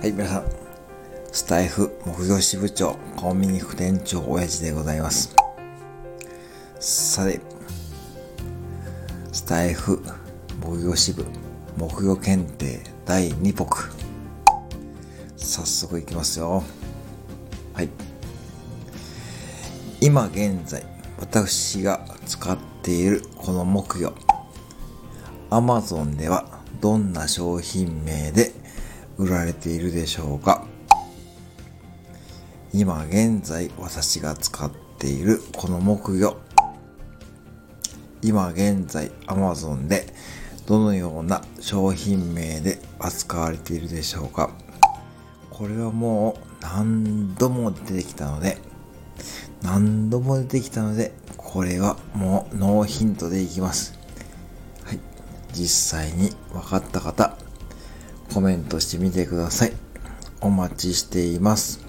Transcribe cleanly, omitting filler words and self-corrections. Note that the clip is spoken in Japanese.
はい、皆さん、スタイフ木魚支部長コンビニ副店長親父でございます。さて、スタイフ木魚支部木魚検定第2目、早速いきますよ。はい、今現在私が使っているこの木魚、Amazon ではどんな商品名で売られているでしょうか。今現在私が使っているこの木魚、今現在 Amazon でどのような商品名で扱われているでしょうか。これはもう何度も出てきたので、これはもうノーヒントでいきます。はい、実際に分かった方コメントしてみてください。お待ちしています。